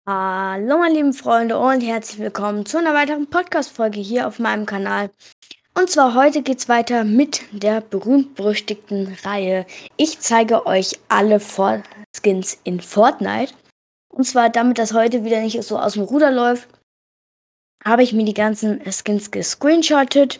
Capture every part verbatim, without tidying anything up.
Hallo meine lieben Freunde und herzlich willkommen zu einer weiteren Podcast-Folge hier auf meinem Kanal. Und zwar heute geht's weiter mit der berühmt-berüchtigten Reihe. Ich zeige euch alle For- Skins in Fortnite. Und zwar damit das heute wieder nicht so aus dem Ruder läuft, habe ich mir die ganzen Skins gescreenshottet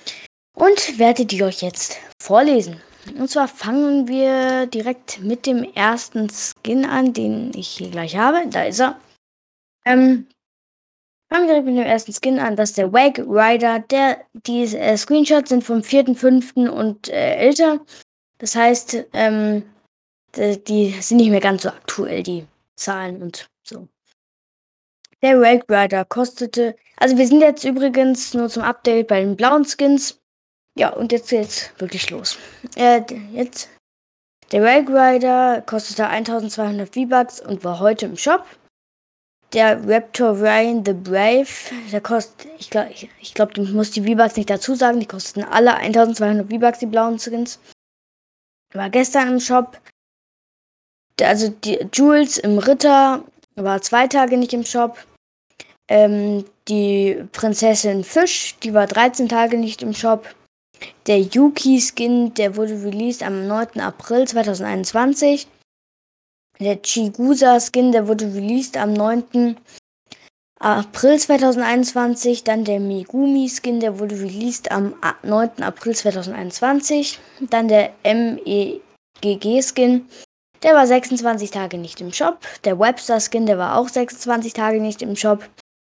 und werde die euch jetzt vorlesen. Und zwar fangen wir direkt mit dem ersten Skin an, den ich hier gleich habe. Da ist er. Ähm, Fangen wir direkt mit dem ersten Skin an. Das ist der Wake Rider. Der, die äh, Screenshots sind vom vierten fünften und äh, älter. Das heißt, ähm, die, die sind nicht mehr ganz so aktuell, die Zahlen und so. Der Wake Rider kostete. Also, wir sind jetzt übrigens nur zum Update bei den blauen Skins. Ja, und jetzt geht's wirklich los. Äh, jetzt. Der Wake Rider kostete eintausendzweihundert V-Bucks und war heute im Shop. Der Raptor Ryan the Brave, der kostet, ich glaube, ich, ich glaub, du musst die V-Bucks nicht dazu sagen, die kosten alle eintausendzweihundert V-Bucks, die blauen Skins. War gestern im Shop. Der, also die Jules im Ritter war zwei Tage nicht im Shop. Ähm, die Prinzessin Fisch, die war dreizehn Tage nicht im Shop. Der Yuki-Skin, der wurde released am neunten April zweitausendeinundzwanzig. Der Chigusa-Skin, der wurde released am neunten April zweitausendeinundzwanzig, dann der Megumi-Skin, der wurde released am neunten April zweitausendeinundzwanzig, dann der M E G G-Skin, der war sechsundzwanzig Tage nicht im Shop, der Webster-Skin, der war auch sechsundzwanzig Tage nicht im Shop,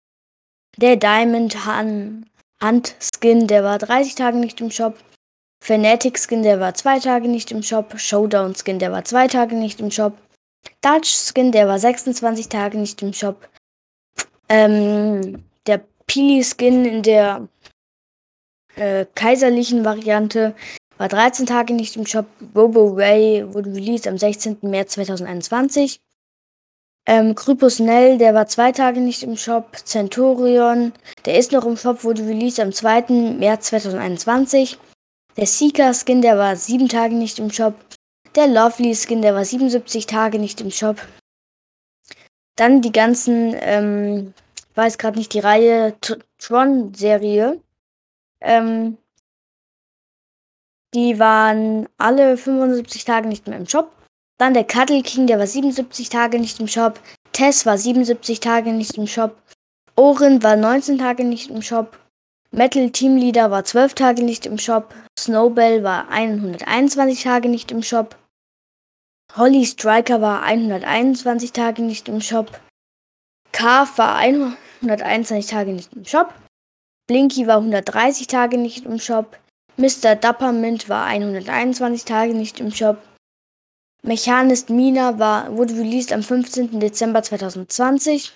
der Diamond Han Hunt-Skin, der war dreißig Tage nicht im Shop, Fanatic-Skin, der war zwei Tage nicht im Shop, Showdown-Skin, der war zwei Tage nicht im Shop, Dutch-Skin, der war sechsundzwanzig Tage nicht im Shop, Ähm, der Pili-Skin in der äh, kaiserlichen Variante war dreizehn Tage nicht im Shop. Bobo Ray wurde released am sechzehnten März zweitausendeinundzwanzig. Ähm, Krypus Nell, der war zwei Tage nicht im Shop. Centurion, der ist noch im Shop, wurde released am zweiten März zweitausendeinundzwanzig. Der Seeker-Skin, der war sieben Tage nicht im Shop. Der Lovely-Skin, der war siebenundsiebzig Tage nicht im Shop. Dann die ganzen, ähm, weiß gerade nicht, die Reihe Tron-Serie. Ähm, die waren alle fünfundsiebzig Tage nicht mehr im Shop. Dann der Cuddle King, der war siebenundsiebzig Tage nicht im Shop. Tess war siebenundsiebzig Tage nicht im Shop. Orin war neunzehn Tage nicht im Shop. Metal Team Leader war zwölf Tage nicht im Shop. Snowbell war hunderteinundzwanzig Tage nicht im Shop. Holly Striker war hunderteinundzwanzig Tage nicht im Shop. Carve war hunderteinundzwanzig Tage nicht im Shop. Blinky war hundertdreißig Tage nicht im Shop. Mister Dappermint war hunderteinundzwanzig Tage nicht im Shop. Mechanist Mina war, wurde released am fünfzehnten Dezember zweitausendzwanzig.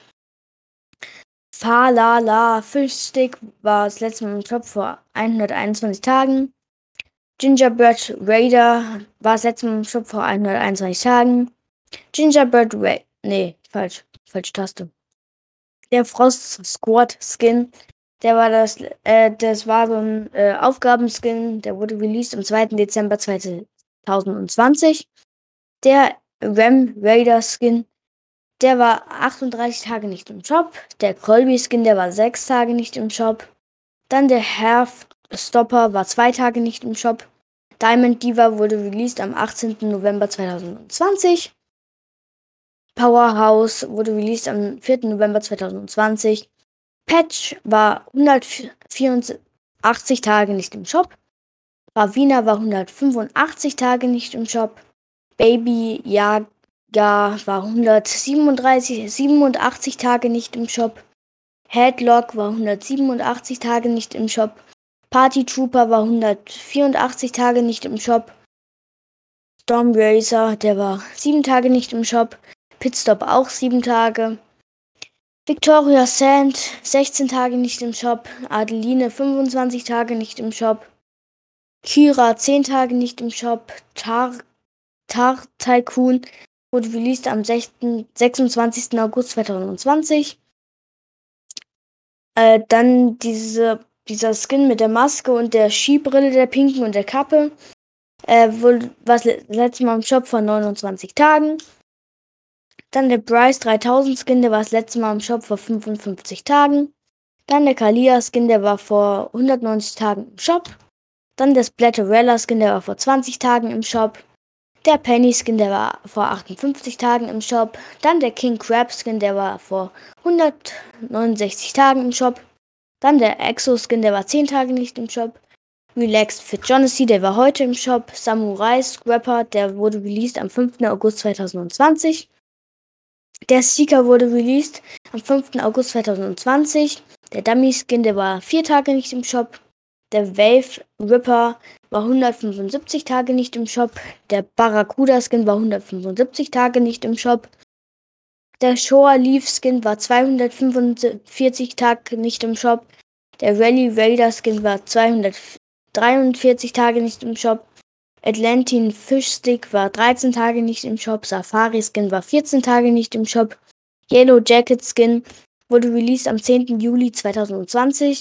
Falala Fischstick war das letzte Mal im Shop vor hunderteinundzwanzig Tagen. Gingerbread Raider war das letzte Mal im Shop vor hunderteinundzwanzig Tagen. Gingerbread Raider, nee, falsch, falsche Taste. Der Frost Squad Skin, der war das, äh, das war so ein äh, Aufgabenskin, der wurde released am zweiten Dezember zweitausendzwanzig. Der Ram Raider Skin, der war achtunddreißig Tage nicht im Shop. Der Colby Skin, der war sechs Tage nicht im Shop. Dann der Hearth Stopper war zwei Tage nicht im Shop. Diamond Diva wurde released am achtzehnten November zweitausendzwanzig. Powerhouse wurde released am vierten November zweitausendzwanzig. Patch war hundertvierundachtzig Tage nicht im Shop. Ravina war hundertfünfundachtzig Tage nicht im Shop. Baby Yaga war hundertsiebenunddreißig, siebenundachtzig Tage nicht im Shop. Headlock war hundertsiebenundachtzig Tage nicht im Shop. Party Trooper war hundertvierundachtzig Tage nicht im Shop. Storm Racer, der war sieben Tage nicht im Shop. Pitstop auch sieben Tage. Victoria Sand, sechzehn Tage nicht im Shop. Adeline, fünfundzwanzig Tage nicht im Shop. Kira, zehn Tage nicht im Shop. Tar, Tar Tycoon wurde released am sechsundzwanzigsten August zweitausendzwanzig. Äh, dann diese, dieser Skin mit der Maske und der Skibrille, der pinken und der Kappe. Äh, wohl, was letztes Mal im Shop vor neunundzwanzig Tagen. Dann der Bryce dreitausend Skin, der war das letzte Mal im Shop vor fünfundfünfzig Tagen. Dann der Kalia Skin, der war vor hundertneunzig Tagen im Shop. Dann der Splatterella Skin, der war vor zwanzig Tagen im Shop. Der Penny Skin, der war vor achtundfünfzig Tagen im Shop. Dann der King Crab Skin, der war vor hundertneunundsechzig Tagen im Shop. Dann der Exo Skin, der war zehn Tage nicht im Shop. Relaxed Fit Jonassy, der war heute im Shop. Samurai Scrapper, der wurde released am fünften August zweitausendzwanzig. Der Seeker wurde released am fünften August zweitausendzwanzig. Der Dummy Skin, der war vier Tage nicht im Shop. Der Wave Ripper war hundertfünfundsiebzig Tage nicht im Shop. Der Barracuda Skin war hundertfünfundsiebzig Tage nicht im Shop. Der Showa Leaf Skin war zweihundertfünfundvierzig Tage nicht im Shop. Der Rally Raider Skin war zweihundertdreiundvierzig Tage nicht im Shop. Atlantean Fish Stick war dreizehn Tage nicht im Shop. Safari Skin war vierzehn Tage nicht im Shop. Yellow Jacket Skin wurde released am zehnten Juli zweitausendzwanzig.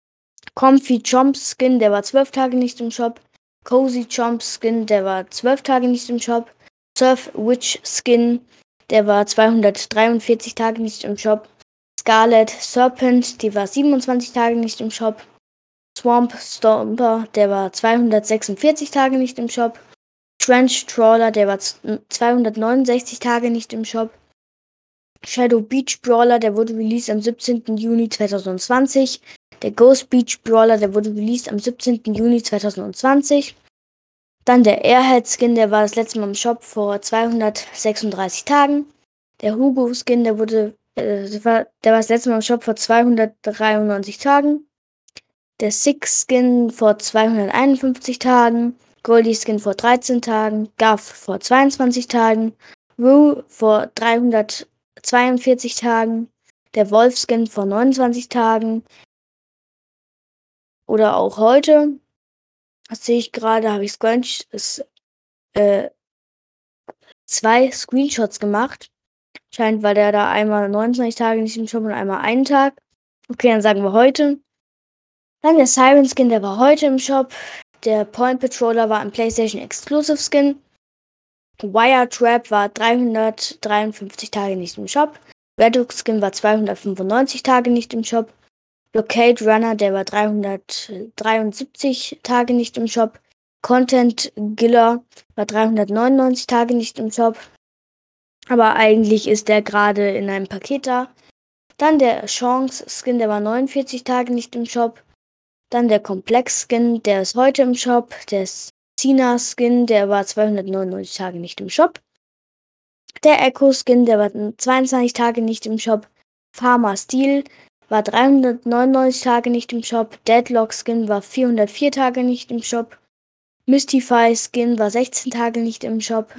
Comfy Chomp Skin, der war zwölf Tage nicht im Shop. Cozy Chomp Skin, der war zwölf Tage nicht im Shop. Surf Witch Skin, der war zweihundertdreiundvierzig Tage nicht im Shop. Scarlet Serpent, die war siebenundzwanzig Tage nicht im Shop. Swamp Stomper, der war zweihundertsechsundvierzig Tage nicht im Shop. Trench Trawler, der war zweihundertneunundsechzig Tage nicht im Shop. Shadow Beach Brawler, der wurde released am siebzehnten Juni zweitausendzwanzig. Der Ghost Beach Brawler, der wurde released am siebzehnten Juni zweitausendzwanzig. Dann der Airhead Skin, der war das letzte Mal im Shop vor zweihundertsechsunddreißig Tagen. Der Hugo Skin, der wurde, äh, der, war, der war das letzte Mal im Shop vor zweihundertdreiundneunzig Tagen. Der Six Skin vor zweihunderteinundfünfzig Tagen. Goldie Skin vor dreizehn Tagen. Guff vor zweiundzwanzig Tagen. Rue vor dreihundertzweiundvierzig Tagen. Der Wolf Skin vor neunundzwanzig Tagen. Oder auch heute. Das sehe ich gerade, habe ich Scrunch, ist, äh, zwei Screenshots gemacht. Scheint, weil der da einmal neunundzwanzig Tage nicht im Shop und einmal einen Tag. Okay, dann sagen wir heute. Dann der Siren Skin, der war heute im Shop. Der Point Patroller war ein PlayStation Exclusive Skin. Wire Trap war dreihundertdreiundfünfzig Tage nicht im Shop. Redux Skin war zweihundertfünfundneunzig Tage nicht im Shop. Blockade Runner, der war dreihundertdreiundsiebzig Tage nicht im Shop. Content Giller war dreihundertneunundneunzig Tage nicht im Shop. Aber eigentlich ist der gerade in einem Paket da. Dann der Chance Skin, der war neunundvierzig Tage nicht im Shop. Dann der Komplex Skin, der ist heute im Shop. Der Cena Skin, der war zweihundertneunundneunzig Tage nicht im Shop. Der Echo Skin, der war zweiundzwanzig Tage nicht im Shop. Farmer Steel war dreihundertneunundneunzig Tage nicht im Shop. Deadlock Skin war vierhundertvier Tage nicht im Shop. Mystify Skin war sechzehn Tage nicht im Shop.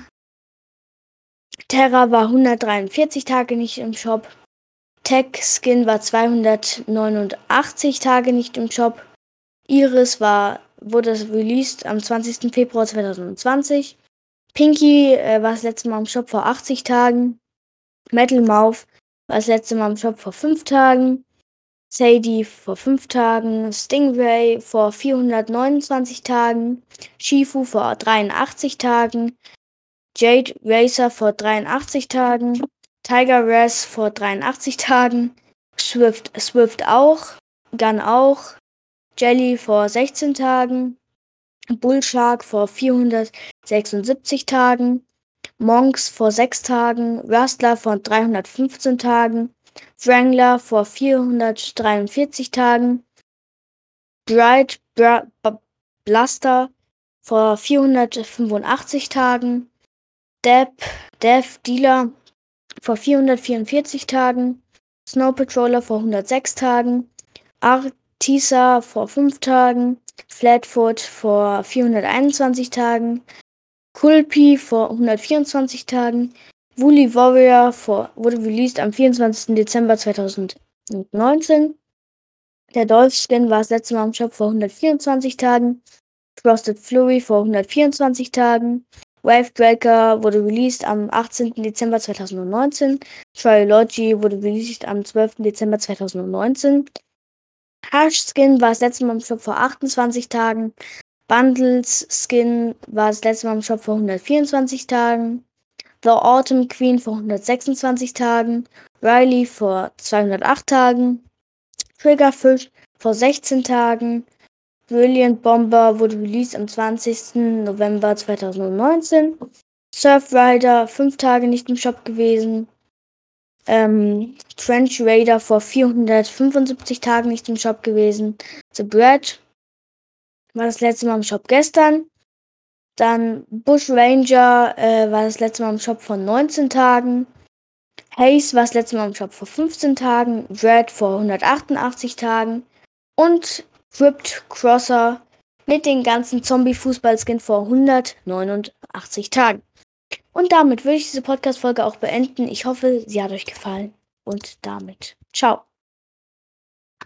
Terra war hundertdreiundvierzig Tage nicht im Shop. Tech Skin war zweihundertneunundachtzig Tage nicht im Shop. Iris war, wurde released am zwanzigsten Februar zweitausendzwanzig. Pinky äh, war das letzte Mal im Shop vor achtzig Tagen. Metal Mouth war das letzte Mal im Shop vor fünf Tagen. Sadie vor fünf Tagen. Stingray vor vierhundertneunundzwanzig Tagen. Shifu vor dreiundachtzig Tagen. Jade Racer vor dreiundachtzig Tagen. Tiger Raz vor dreiundachtzig Tagen. Swift, Swift auch. Gun auch. Jelly vor sechzehn Tagen. Bullshark vor vierhundertsechsundsiebzig Tagen. Monks vor sechs Tagen. Rustler vor dreihundertfünfzehn Tagen. Wrangler vor vierhundertdreiundvierzig Tagen. Bright Bra Blaster vor vierhundertfünfundachtzig Tagen. Depp, Dev Dealer vor vierhundertvierundvierzig Tagen. Snow Patroller vor hundertsechs Tagen. Artisa vor fünf Tagen. Flatfoot vor vierhunderteinundzwanzig Tagen. Kulpi vor hundertvierundzwanzig Tagen. Woolly Warrior vor, wurde released am vierundzwanzigsten Dezember zweitausendneunzehn. Der Dolph Skin war das letzte Mal im Shop vor hundertvierundzwanzig Tagen. Frosted Flurry vor hundertvierundzwanzig Tagen. Wavebreaker wurde released am achtzehnten Dezember zweitausendneunzehn. Trilogy wurde released am zwölften Dezember zweitausendneunzehn. Hush Skin war das letzte Mal im Shop vor achtundzwanzig Tagen. Bundles Skin war das letzte Mal im Shop vor hundertvierundzwanzig Tagen. The Autumn Queen vor hundertsechsundzwanzig Tagen, Riley vor zweihundertacht Tagen, Triggerfish vor sechzehn Tagen, Brilliant Bomber wurde released am zwanzigsten November zweitausendneunzehn, Surfrider fünf Tage nicht im Shop gewesen, ähm, Trench Raider vor vierhundertfünfundsiebzig Tagen nicht im Shop gewesen, The Bread war das letzte Mal im Shop gestern, dann Bush Ranger äh, war das letzte Mal im Shop vor neunzehn Tagen, Haze war das letzte Mal im Shop vor fünfzehn Tagen, Red vor hundertachtundachtzig Tagen und Crypt Crosser mit den ganzen Zombie-Fußball-Skin vor hundertneunundachtzig Tagen. Und damit würde ich diese Podcast-Folge auch beenden. Ich hoffe, sie hat euch gefallen. Und damit ciao.